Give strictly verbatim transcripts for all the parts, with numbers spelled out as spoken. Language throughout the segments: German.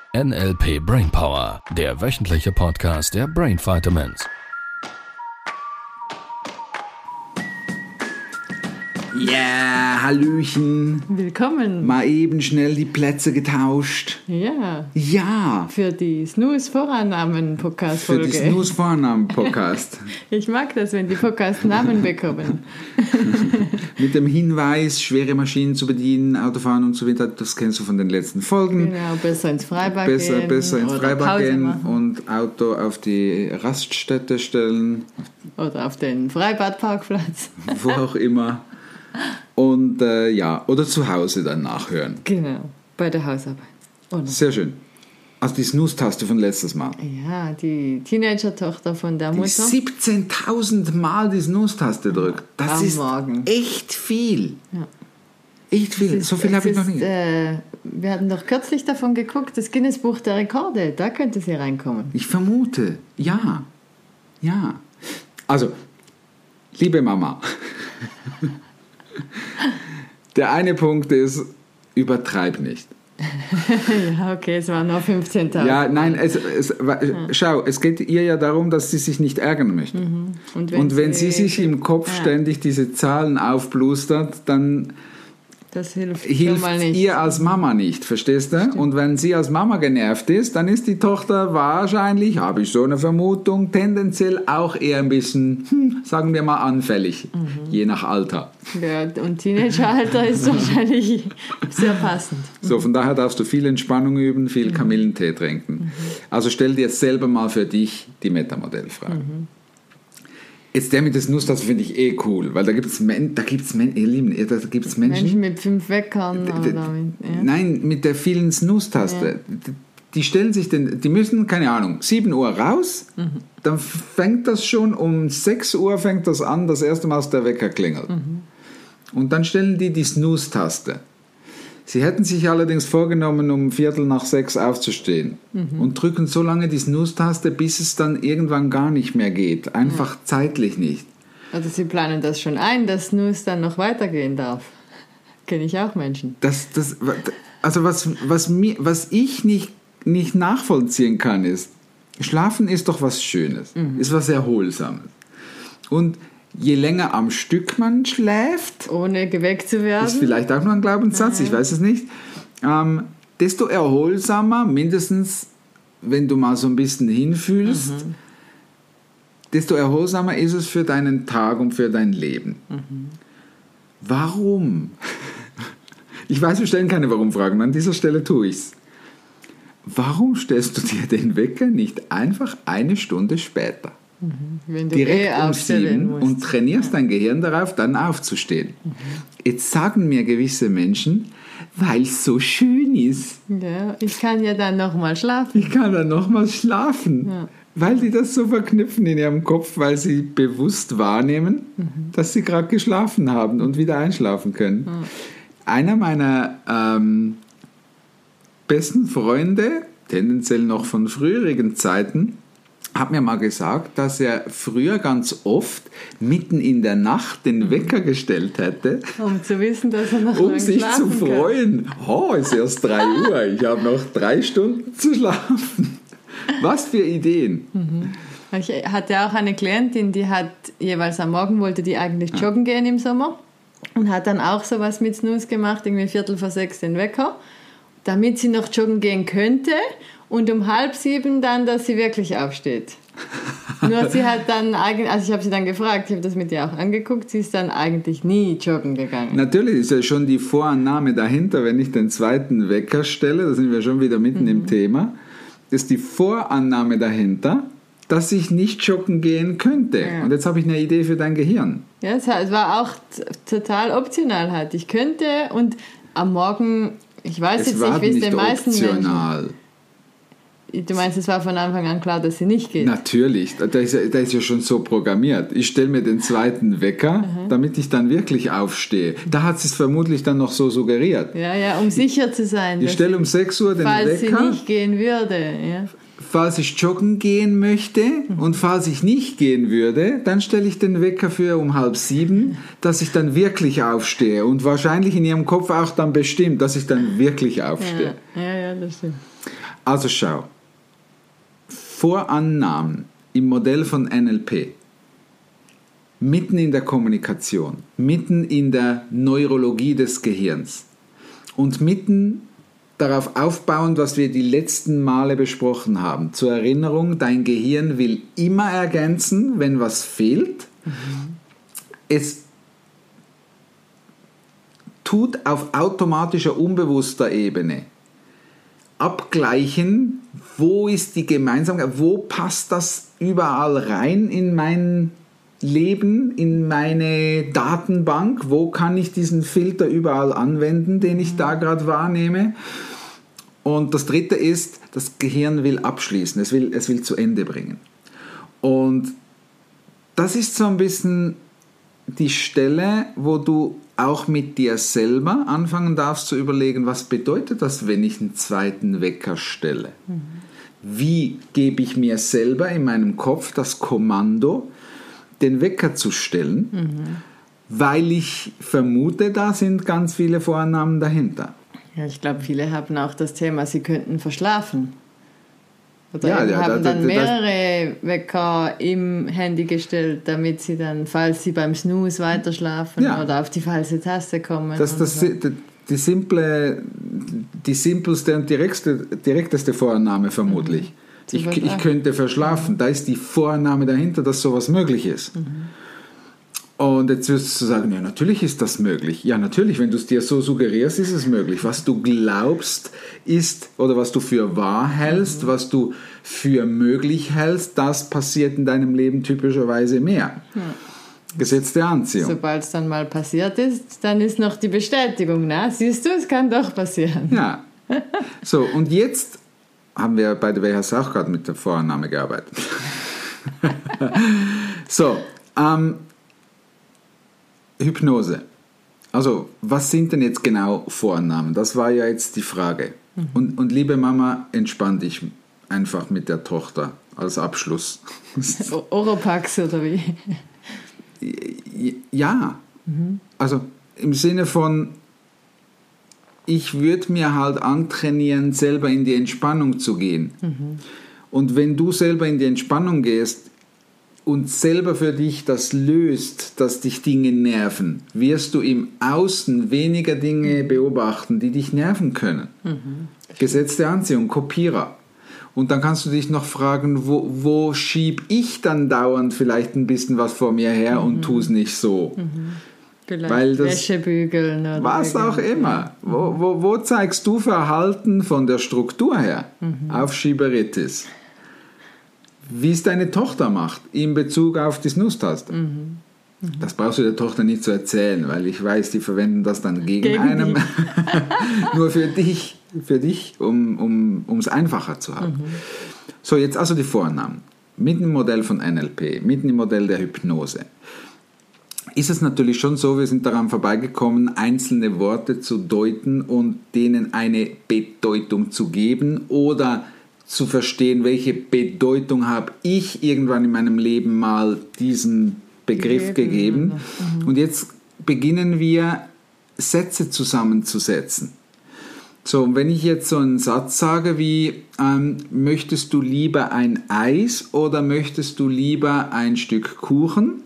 N L P Brainpower, der wöchentliche Podcast der Brain Vitamins. Ja, yeah, Hallöchen. Willkommen. Mal eben schnell die Plätze getauscht. Ja. Ja. Für die Snooze-Vornamen-Podcast-Folge. Für die Snooze-Vornamen-Podcast. Ich mag das, wenn die Podcasts Namen bekommen. Mit dem Hinweis, schwere Maschinen zu bedienen, Autofahren und so weiter, das kennst du von den letzten Folgen. Genau, besser ins Freibad besser, gehen. Besser ins Freibad Pause gehen machen. und Auto auf die Raststätte stellen. Oder auf den Freibadparkplatz. Wo auch immer. Und äh, ja, oder zu Hause dann nachhören. Genau, bei der Hausarbeit. Oder? Sehr schön. Also die Snooze-Taste von letztes Mal. Ja, die Teenager-Tochter von der Die Mutter. siebzehntausend Mal die Snooze-Taste drückt. Das Am ist Morgen. echt viel. Ja. Echt viel. Es So ist- viel es habe ich noch ist, nie. Äh, wir hatten doch kürzlich davon geguckt, das Guinness-Buch der Rekorde, da könnte sie reinkommen. Ich vermute, ja. Ja. Also, liebe Mama. Der eine Punkt ist, übertreib nicht. Ja, okay, es waren nur fünfzehntausend. Ja, nein, es, es, schau, es geht ihr ja darum, dass sie sich nicht ärgern möchte. Und Und wenn sie sich im Kopf Ja. ständig diese Zahlen aufblustert, dann Das hilft, schon hilft mal nicht. ihr als Mama nicht, verstehst du? Und wenn sie als Mama genervt ist, dann ist die Tochter wahrscheinlich, habe ich so eine Vermutung, tendenziell auch eher ein bisschen, hm, sagen wir mal, anfällig, Mhm. je nach Alter. Ja, und Teenageralter ist wahrscheinlich sehr passend. So, von daher darfst du viel Entspannung üben, viel Kamillentee trinken. Also stell dir jetzt selber mal für dich die Metamodellfrage. Jetzt der mit der Snooze-Taste finde ich eh cool, weil da gibt es Men- da gibt's Men- ihr Lieben, da gibt's Menschen, Menschen mit fünf Weckern. D- Oder d- mit, ja. Nein, mit der vielen Snooze-Taste. Ja. D- Die stellen sich den, die müssen, keine Ahnung, sieben Uhr raus, Mhm. dann fängt das schon um sechs Uhr fängt das an, das erste Mal, dass der Wecker klingelt. Mhm. Und dann stellen die die Snooze-Taste. Sie hätten sich allerdings vorgenommen, um Viertel nach sechs aufzustehen Mhm. und drücken so lange die Snooze-Taste, bis es dann irgendwann gar nicht mehr geht. Einfach zeitlich nicht. Also sie planen das schon ein, dass Snooze dann noch weitergehen darf. Kenne ich auch Menschen. Das, das, also was, was, mir, was ich nicht, nicht nachvollziehen kann, ist, Schlafen ist doch was Schönes, ist was Erholsames. Und je länger am Stück man schläft, Ohne geweckt zu werden. ist vielleicht auch nur ein Glaubenssatz, ich weiß es nicht, ähm, desto erholsamer, mindestens wenn du mal so ein bisschen hinfühlst, desto erholsamer ist es für deinen Tag und für dein Leben. Warum? Ich weiß, wir stellen keine Warum-Fragen, an dieser Stelle tue ich es. Warum stellst du dir den Wecker nicht einfach eine Stunde später? Wenn du Direkt eh um aufstellen sieben musst. und trainierst dein Gehirn darauf, dann aufzustehen. Jetzt sagen mir gewisse Menschen, weil es so schön ist. Ja, ich kann ja dann nochmal schlafen. Ich kann dann nochmal schlafen. Ja. Weil die das so verknüpfen in ihrem Kopf, weil sie bewusst wahrnehmen, dass sie gerade geschlafen haben und wieder einschlafen können. Einer meiner ähm, besten Freunde, tendenziell noch von früheren Zeiten, hat mir mal gesagt, dass er früher ganz oft mitten in der Nacht den Wecker gestellt hätte, Um zu wissen, dass er noch um lang sich zu schlafen kann. freuen. Oh, ist erst drei Uhr, ich habe noch drei Stunden zu schlafen. Was für Ideen. Ich hatte auch eine Klientin, die hat jeweils am Morgen wollte die eigentlich joggen gehen im Sommer und hat dann auch sowas mit Snooze gemacht, irgendwie Viertel vor sechs den Wecker, damit sie noch joggen gehen könnte und um halb sieben dann, dass sie wirklich aufsteht. Nur sie hat dann eigentlich, also ich habe sie dann gefragt, ich habe das mit ihr auch angeguckt, sie ist dann eigentlich nie joggen gegangen. Natürlich ist ja schon die Vorannahme dahinter, wenn ich den zweiten Wecker stelle, da sind wir schon wieder mitten im Thema, ist die Vorannahme dahinter, dass ich nicht joggen gehen könnte. Ja. Und jetzt habe ich eine Idee für dein Gehirn. Ja, es war- es war auch t- total optional halt. Ich könnte und am Morgen, ich weiß Es jetzt war nicht, wie es nicht den meisten optional. Menschen... Du meinst, es war von Anfang an klar, dass sie nicht geht? Natürlich, da ist, ja, da ist ja schon so programmiert. Ich stelle mir den zweiten Wecker, damit ich dann wirklich aufstehe. Da hat es vermutlich dann noch so suggeriert. Ja, ja, um sicher zu sein, Ich dass stelle sie, um sechs Uhr den falls Wecker, sie nicht gehen würde. Ja. falls ich joggen gehen möchte und falls ich nicht gehen würde, dann stelle ich den Wecker für um halb sieben, dass ich dann wirklich aufstehe und wahrscheinlich in ihrem Kopf auch dann bestimmt, dass ich dann wirklich aufstehe. Ja, ja, ja, das stimmt. Also schau, Vorannahmen im Modell von N L P, mitten in der Kommunikation, mitten in der Neurologie des Gehirns und mitten darauf aufbauend, was wir die letzten Male besprochen haben. Zur Erinnerung, dein Gehirn will immer ergänzen, wenn was fehlt. Mhm. Es tut auf automatischer, unbewusster Ebene abgleichen, wo ist die Gemeinsamkeit, wo passt das überall rein in mein Leben, in meine Datenbank, wo kann ich diesen Filter überall anwenden, den ich da gerade wahrnehme. Und das dritte ist, das Gehirn will abschließen, es will, es will zu Ende bringen. Und das ist so ein bisschen die Stelle, wo du auch mit dir selber anfangen darfst zu überlegen, was bedeutet das, wenn ich einen zweiten Wecker stelle? Mhm. Wie gebe ich mir selber in meinem Kopf das Kommando, den Wecker zu stellen, mhm. weil ich vermute, da sind ganz viele Vorannahmen dahinter. Ja, ich glaube, viele haben auch das Thema, sie könnten verschlafen. Oder ja, ja, haben da, da, dann mehrere das, Wecker im Handy gestellt, damit sie dann, falls sie beim Snooze weiterschlafen ja. oder auf die falsche Taste kommen. Das, das, so. die, die, simple, die simpelste und direkteste, direkteste Vorannahme vermutlich. Mhm. Ich, ich könnte verschlafen. Mhm. Da ist die Vorannahme dahinter, dass sowas möglich ist. Mhm. Und jetzt wirst du sagen, ja, natürlich ist das möglich. Ja, natürlich, wenn du es dir so suggerierst, ist es möglich. Was du glaubst ist, oder was du für wahr hältst, mhm. was du für möglich hältst, das passiert in deinem Leben typischerweise mehr. Mhm. Gesetz der Anziehung. Sobald es dann mal passiert ist, dann ist noch die Bestätigung, ne? Siehst du, es kann doch passieren. Ja. So, und jetzt haben wir bei der W H S auch gerade mit der Vorannahme gearbeitet. So, ähm, Hypnose. Also, was sind denn jetzt genau Vorannahmen? Das war ja jetzt die Frage. Mhm. Und, und liebe Mama, entspann dich einfach mit der Tochter als Abschluss. Oropax oder wie? Ja. Mhm. Also im Sinne von, ich würde mir halt antrainieren, selber in die Entspannung zu gehen. Mhm. Und wenn du selber in die Entspannung gehst, und selber für dich das löst, dass dich Dinge nerven, wirst du im Außen weniger Dinge beobachten, die dich nerven können. Mhm. Gesetz der Anziehung, Kopierer. Und dann kannst du dich noch fragen, wo, wo schieb ich dann dauernd vielleicht ein bisschen was vor mir her mhm. und tu es nicht so. Mhm. Vielleicht Weil das, Wäsche bügeln oder was auch immer. Mhm. Wo, wo, wo zeigst du Verhalten von der Struktur her? Mhm. Auf Schieberitis. Wie es deine Tochter macht in Bezug auf die Snooze-Taste. Mhm. Mhm. Das brauchst du der Tochter nicht zu erzählen, weil ich weiß, die verwenden das dann gegen, gegen einen. Nur für dich, für dich um es um, einfacher zu haben. Mhm. So, jetzt also die Vorannahmen. Mit dem Modell von N L P, mit dem Modell der Hypnose. Ist es natürlich schon so, wir sind daran vorbeigekommen, einzelne Worte zu deuten und denen eine Bedeutung zu geben oder zu verstehen, welche Bedeutung habe ich irgendwann in meinem Leben mal diesem Begriff gegeben. gegeben. Mhm. Und jetzt beginnen wir, Sätze zusammenzusetzen. So, und wenn ich jetzt so einen Satz sage wie, ähm, möchtest du lieber ein Eis oder möchtest du lieber ein Stück Kuchen?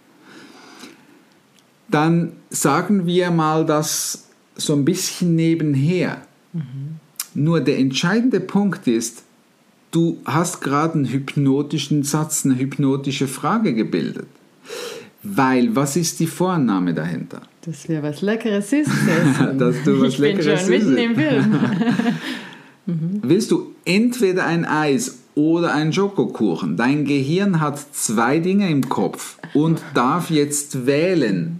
Dann sagen wir mal das so ein bisschen nebenher. Mhm. Nur der entscheidende Punkt ist, du hast gerade einen hypnotischen Satz, eine hypnotische Frage gebildet. Weil, was ist die Vorannahme dahinter? Dass wir was Leckeres essen. Dass du was ich Leckeres bin schon mitten im Film. mhm. Willst du entweder ein Eis oder einen Schokokuchen? Dein Gehirn hat zwei Dinge im Kopf und darf jetzt wählen.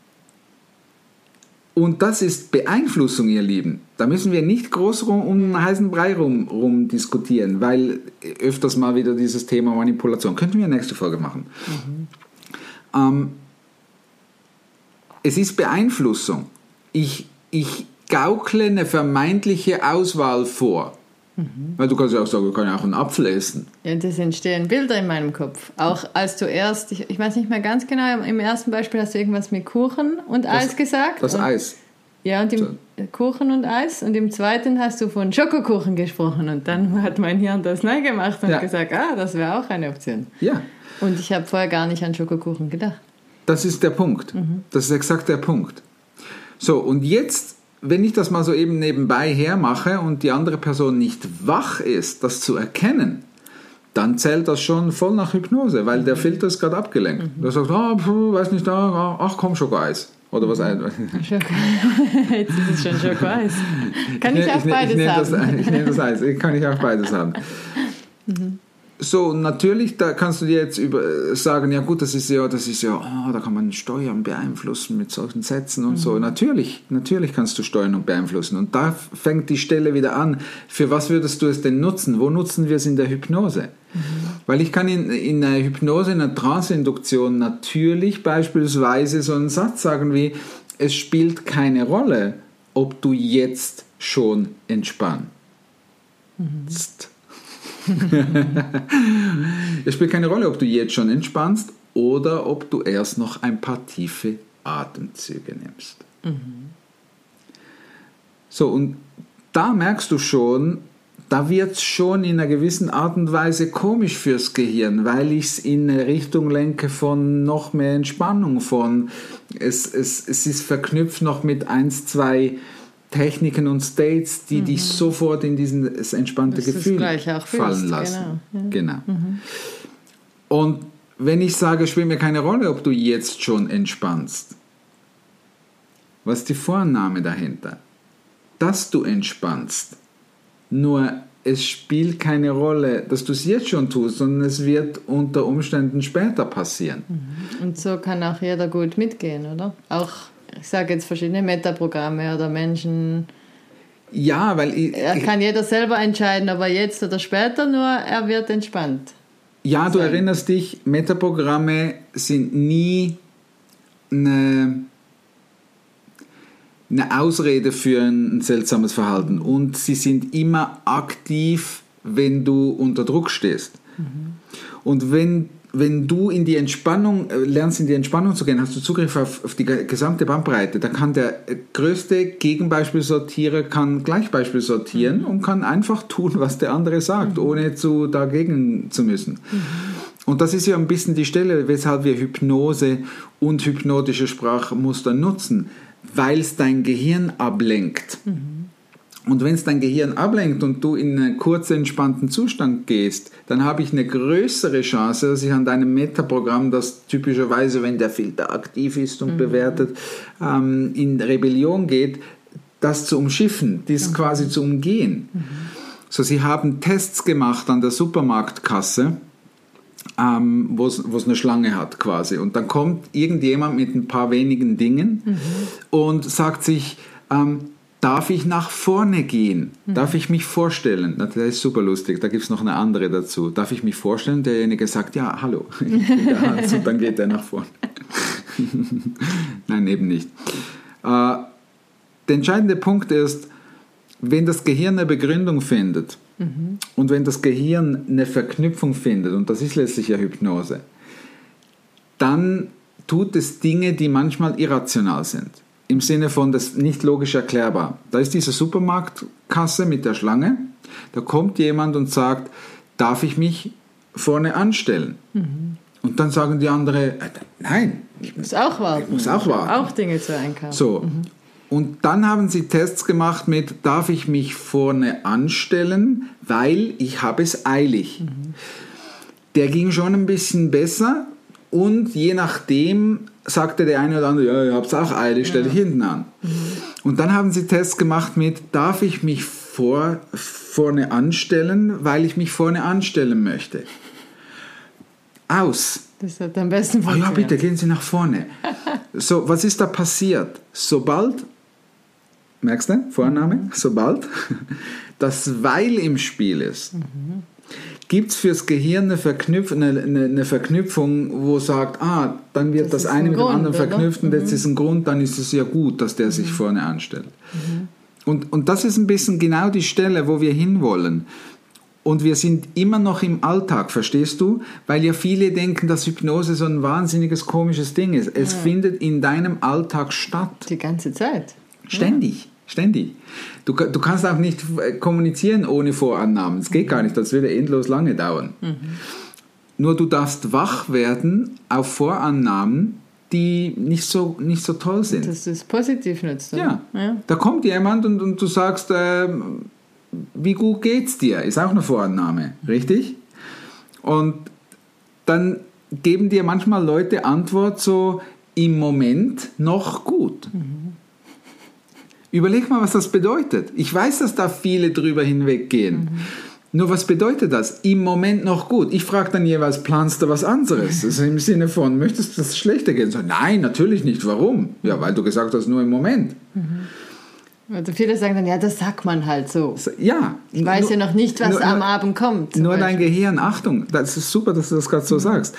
Und das ist Beeinflussung, ihr Lieben. Da müssen wir nicht groß rum, um einen heißen Brei rum, rum diskutieren, weil öfters mal wieder dieses Thema Manipulation. Könnten wir nächste Folge machen. Mhm. Ähm, es ist Beeinflussung. Ich, ich gaukle eine vermeintliche Auswahl vor. Mhm. Weil du kannst ja auch sagen, ich kann ja auch einen Apfel essen. Ja, das entstehen Bilder in meinem Kopf. Auch als du erst, ich, ich weiß nicht mehr ganz genau, im ersten Beispiel hast du irgendwas mit Kuchen und das, Eis gesagt. Das und, Eis. Ja, und im So. Kuchen und Eis. Und im zweiten hast du von Schokokuchen gesprochen. Und dann hat mein Hirn das neu gemacht und Ja. gesagt, ah, das wäre auch eine Option. Ja, Und ich habe vorher gar nicht an Schokokuchen gedacht. das ist der Punkt. Das ist exakt der Punkt. So, und jetzt, wenn ich das mal so eben nebenbei hermache und die andere Person nicht wach ist, das zu erkennen, dann zählt das schon voll nach Hypnose, weil der Filter ist gerade abgelenkt. Der sagt, ah, pf, weiß nicht, ah, ach komm, Schokoeis. Oder was? Schoko. Jetzt ist es schon Schokoeis. Kann ich, ich auch ne- beides ich nehme haben? Das, ich nehme das Eis. Ich kann ich auch beides haben. So, natürlich, da kannst du dir jetzt über, sagen, ja gut, das ist ja, das ist ja, oh, da kann man steuern, beeinflussen mit solchen Sätzen und mhm. so. Natürlich, natürlich kannst du steuern und beeinflussen. Und da fängt die Stelle wieder an. Für was würdest du es denn nutzen? Wo nutzen wir es in der Hypnose? Mhm. Weil ich kann in, in einer Hypnose, in einer Trance-Induktion natürlich beispielsweise so einen Satz sagen wie, es spielt keine Rolle, ob du jetzt schon entspannst. Mhm. Es spielt keine Rolle, ob du jetzt schon entspannst oder ob du erst noch ein paar tiefe Atemzüge nimmst. Mhm. So, und da merkst du schon, da wird es schon in einer gewissen Art und Weise komisch fürs Gehirn, weil ich es in eine Richtung lenke von noch mehr Entspannung, von es, es, es ist verknüpft noch mit eins, zwei Techniken und States, die mhm. dich sofort in dieses entspannte das Gefühl auch fallen fühlst. lassen. Genau. Ja. genau. Mhm. Und wenn ich sage, spielt mir keine Rolle, ob du jetzt schon entspannst, was ist die Vorannahme dahinter? Dass du entspannst. Nur es spielt keine Rolle, dass du es jetzt schon tust, sondern es wird unter Umständen später passieren. Mhm. Und so kann auch jeder gut mitgehen, oder? Auch ich sage jetzt verschiedene Metaprogramme oder Menschen. Ja, weil ich, er kann jeder selber entscheiden, ob er jetzt oder später, nur er wird entspannt. Ja, du sein. erinnerst dich, Metaprogramme sind nie eine, eine Ausrede für ein seltsames Verhalten und sie sind immer aktiv, wenn du unter Druck stehst. Mhm. Und wenn Wenn du in die Entspannung lernst, in die Entspannung zu gehen, hast du Zugriff auf, auf die gesamte Bandbreite. Da kann der größte Gegenbeispielsortierer kann Gleichbeispiel sortieren mhm. und kann einfach tun, was der andere sagt, mhm. ohne zu, dagegen zu müssen. Mhm. Und das ist ja ein bisschen die Stelle, weshalb wir Hypnose und hypnotische Sprachmuster nutzen, weil es dein Gehirn ablenkt. Mhm. Und wenn es dein Gehirn ablenkt und du in einen kurz entspannten Zustand gehst, dann habe ich eine größere Chance, dass ich an deinem Metaprogramm, das typischerweise, wenn der Filter aktiv ist und mhm. bewertet, ähm, in Rebellion geht, das zu umschiffen, das mhm. quasi zu umgehen. Mhm. So, sie haben Tests gemacht an der Supermarktkasse, ähm, wo es eine Schlange hat quasi. Und dann kommt irgendjemand mit ein paar wenigen Dingen mhm. und sagt sich, ähm, darf ich nach vorne gehen? Mhm. Darf ich mich vorstellen? Das ist super lustig, da gibt es noch eine andere dazu. Darf ich mich vorstellen? Derjenige sagt, ja, hallo. Ich bin der Hans und dann geht er nach vorne. Nein, eben nicht. Äh, der entscheidende Punkt ist, wenn das Gehirn eine Begründung findet mhm. und wenn das Gehirn eine Verknüpfung findet, und das ist letztlich ja Hypnose, dann tut es Dinge, die manchmal irrational sind. Im Sinne von, das nicht logisch erklärbar. Da ist diese Supermarktkasse mit der Schlange, da kommt jemand und sagt, darf ich mich vorne anstellen? Mhm. Und dann sagen die anderen, äh, nein. Ich muss auch warten. Ich muss auch warten. Auch Dinge zu einkaufen. So. Mhm. Und dann haben sie Tests gemacht mit, darf ich mich vorne anstellen, weil ich habe es eilig. Mhm. Der ging schon ein bisschen besser und je nachdem sagte der eine oder andere, ja, ihr habt es auch eilig, stell dich ja. hinten an. Mhm. Und dann haben sie Tests gemacht mit, darf ich mich vor, vorne anstellen, weil ich mich vorne anstellen möchte. Aus. Das hat am besten funktioniert. Oh ja, bitte, gehen Sie nach vorne. So, was ist da passiert? Sobald, merkst du, Vorname, mhm. sobald das Weil im Spiel ist, mhm. gibt es fürs Gehirn eine, Verknüpf- eine, eine, eine Verknüpfung, wo sagt, ah, dann wird das, das eine ein mit Grund, dem anderen verknüpft oder? Und jetzt mhm. ist ein Grund, dann ist es ja gut, dass der sich mhm. vorne anstellt. Mhm. Und, und das ist ein bisschen genau die Stelle, wo wir hinwollen. Und wir sind immer noch im Alltag, verstehst du? Weil ja viele denken, dass Hypnose so ein wahnsinniges, komisches Ding ist. Es ja. findet in deinem Alltag statt. Die ganze Zeit. Ständig, ja. ständig. Du, du kannst auch nicht kommunizieren ohne Vorannahmen. Es geht gar nicht, das würde endlos lange dauern. Mhm. Nur du darfst wach werden auf Vorannahmen, die nicht so, nicht so toll sind. Das ist positiv nützt. Ja. ja, da kommt jemand und, und du sagst, äh, wie gut geht's dir? Ist auch eine Vorannahme, richtig? Und dann geben dir manchmal Leute Antwort so, im Moment noch gut. Mhm. Überleg mal, was das bedeutet. Ich weiß, dass da viele drüber hinweggehen. Mhm. Nur was bedeutet das? Im Moment noch gut. Ich frage dann jeweils, planst du was anderes? Also im Sinne von, möchtest du, dass es schlechter geht? So, nein, natürlich nicht. Warum? Ja, weil du gesagt hast, nur im Moment. Mhm. Also viele sagen dann, ja, das sagt man halt so. Ja. Ich weiß nur, ja noch nicht, was nur, am nur, Abend kommt. Nur Beispiel. Dein Gehirn, Achtung, das ist super, dass du das gerade so mhm. sagst.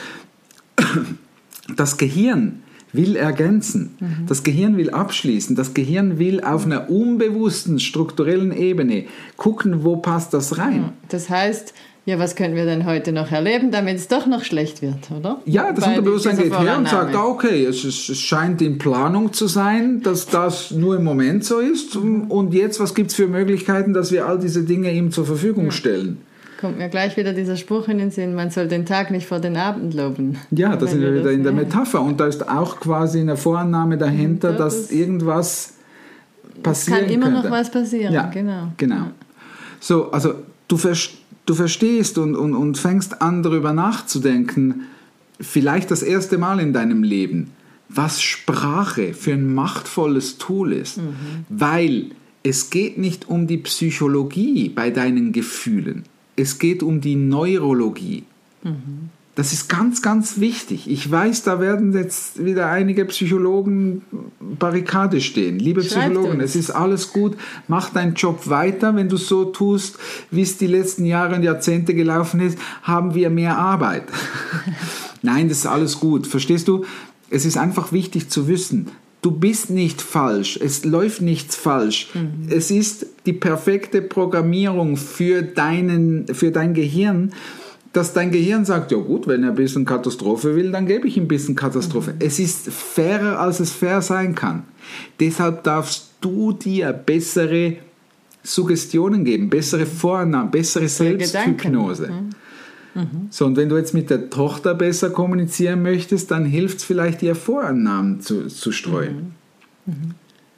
Das Gehirn will ergänzen. Mhm. Das Gehirn will abschließen. Das Gehirn will auf einer unbewussten, strukturellen Ebene gucken, wo passt das rein. Das heißt, ja, was können wir denn heute noch erleben, damit es doch noch schlecht wird, oder? Ja, das Weil Unterbewusstsein geht her und sagt, okay, es, ist, es scheint in Planung zu sein, dass das nur im Moment so ist. Mhm. Und jetzt, was gibt es für Möglichkeiten, dass wir all diese Dinge ihm zur Verfügung mhm. stellen? Kommt mir gleich wieder dieser Spruch in den Sinn, man soll den Tag nicht vor den Abend loben. Ja, da sind wir wieder in der Metapher. Und da ist auch quasi eine Vorannahme dahinter, ja, das dass irgendwas passieren könnte. Es kann immer könnte. noch was passieren, ja, genau. genau. Ja. So, also du, du verstehst und, und, und fängst an, darüber nachzudenken, vielleicht das erste Mal in deinem Leben, was Sprache für ein machtvolles Tool ist. Mhm. Weil es geht nicht um die Psychologie bei deinen Gefühlen. Es geht um die Neurologie. Mhm. Das ist ganz, ganz wichtig. Ich weiß, da werden jetzt wieder einige Psychologen Barrikade stehen. Liebe Schreibt Psychologen, uns. Es ist alles gut. Mach deinen Job weiter. Wenn du so tust, wie es die letzten Jahre und Jahrzehnte gelaufen ist, haben wir mehr Arbeit. Nein, das ist alles gut. Verstehst du? Es ist einfach wichtig zu wissen, du bist nicht falsch, es läuft nichts falsch. Mhm. Es ist die perfekte Programmierung für, deinen, für dein Gehirn, dass dein Gehirn sagt, ja gut, wenn er ein bisschen Katastrophe will, dann gebe ich ihm ein bisschen Katastrophe. Mhm. Es ist fairer, als es fair sein kann. Deshalb darfst du dir bessere Suggestionen geben, bessere Vorannahmen, bessere Selbsthypnose. Mhm. Mhm. So, und wenn du jetzt mit der Tochter besser kommunizieren möchtest, dann hilft es vielleicht, ihr Vorannahmen zu, zu streuen. Mhm. Mhm.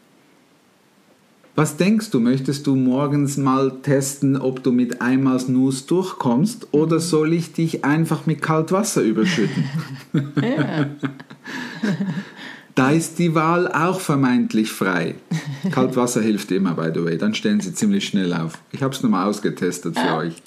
Was denkst du, möchtest du morgens mal testen, ob du mit einmal Snooze durchkommst, oder soll ich dich einfach mit Kaltwasser überschütten? Ja. Da ist die Wahl auch vermeintlich frei. Kaltwasser hilft immer, by the way, dann stehen sie ziemlich schnell auf. Ich habe es nochmal ausgetestet für euch.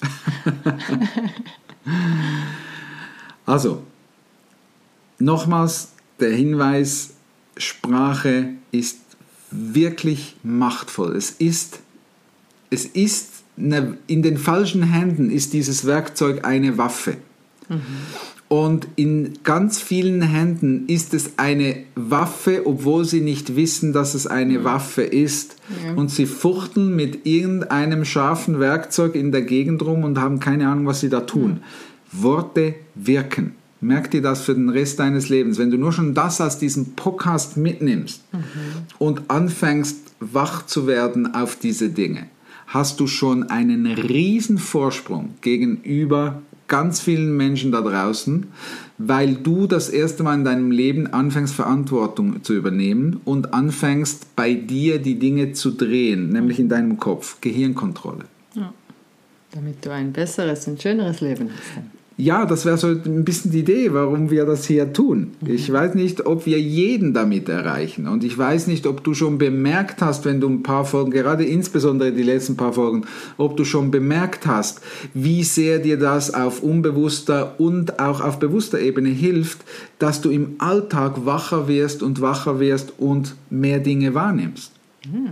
Also, nochmals der Hinweis, Sprache ist wirklich machtvoll. Es ist, es ist eine, in den falschen Händen ist dieses Werkzeug eine Waffe. Mhm. Und in ganz vielen Händen ist es eine Waffe, obwohl sie nicht wissen, dass es eine mhm. Waffe ist. Ja. Und sie fuchteln mit irgendeinem scharfen Werkzeug in der Gegend rum und haben keine Ahnung, was sie da tun. Mhm. Worte wirken. Merk dir das für den Rest deines Lebens. Wenn du nur schon das aus diesem Podcast mitnimmst mhm. und anfängst, wach zu werden auf diese Dinge, hast du schon einen riesen Vorsprung gegenüber ganz vielen Menschen da draußen, weil du das erste Mal in deinem Leben anfängst, Verantwortung zu übernehmen und anfängst, bei dir die Dinge zu drehen, nämlich in deinem Kopf. Gehirnkontrolle. Ja. Damit du ein besseres und schöneres Leben hast. Ja, das wäre so ein bisschen die Idee, warum wir das hier tun. Mhm. Ich weiß nicht, ob wir jeden damit erreichen. Und ich weiß nicht, ob du schon bemerkt hast, wenn du ein paar Folgen, gerade insbesondere die letzten paar Folgen, ob du schon bemerkt hast, wie sehr dir das auf unbewusster und auch auf bewusster Ebene hilft, dass du im Alltag wacher wirst und wacher wirst und mehr Dinge wahrnimmst. Mhm.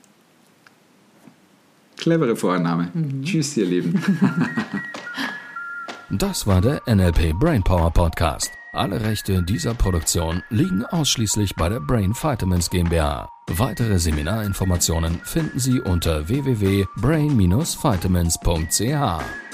Clevere Vorannahme. Mhm. Tschüss, ihr Lieben. Das war der N L P Brainpower Podcast. Alle Rechte dieser Produktion liegen ausschließlich bei der Brain Vitamins GmbH. Weitere Seminarinformationen finden Sie unter w w w punkt brain dash vitamins punkt c h.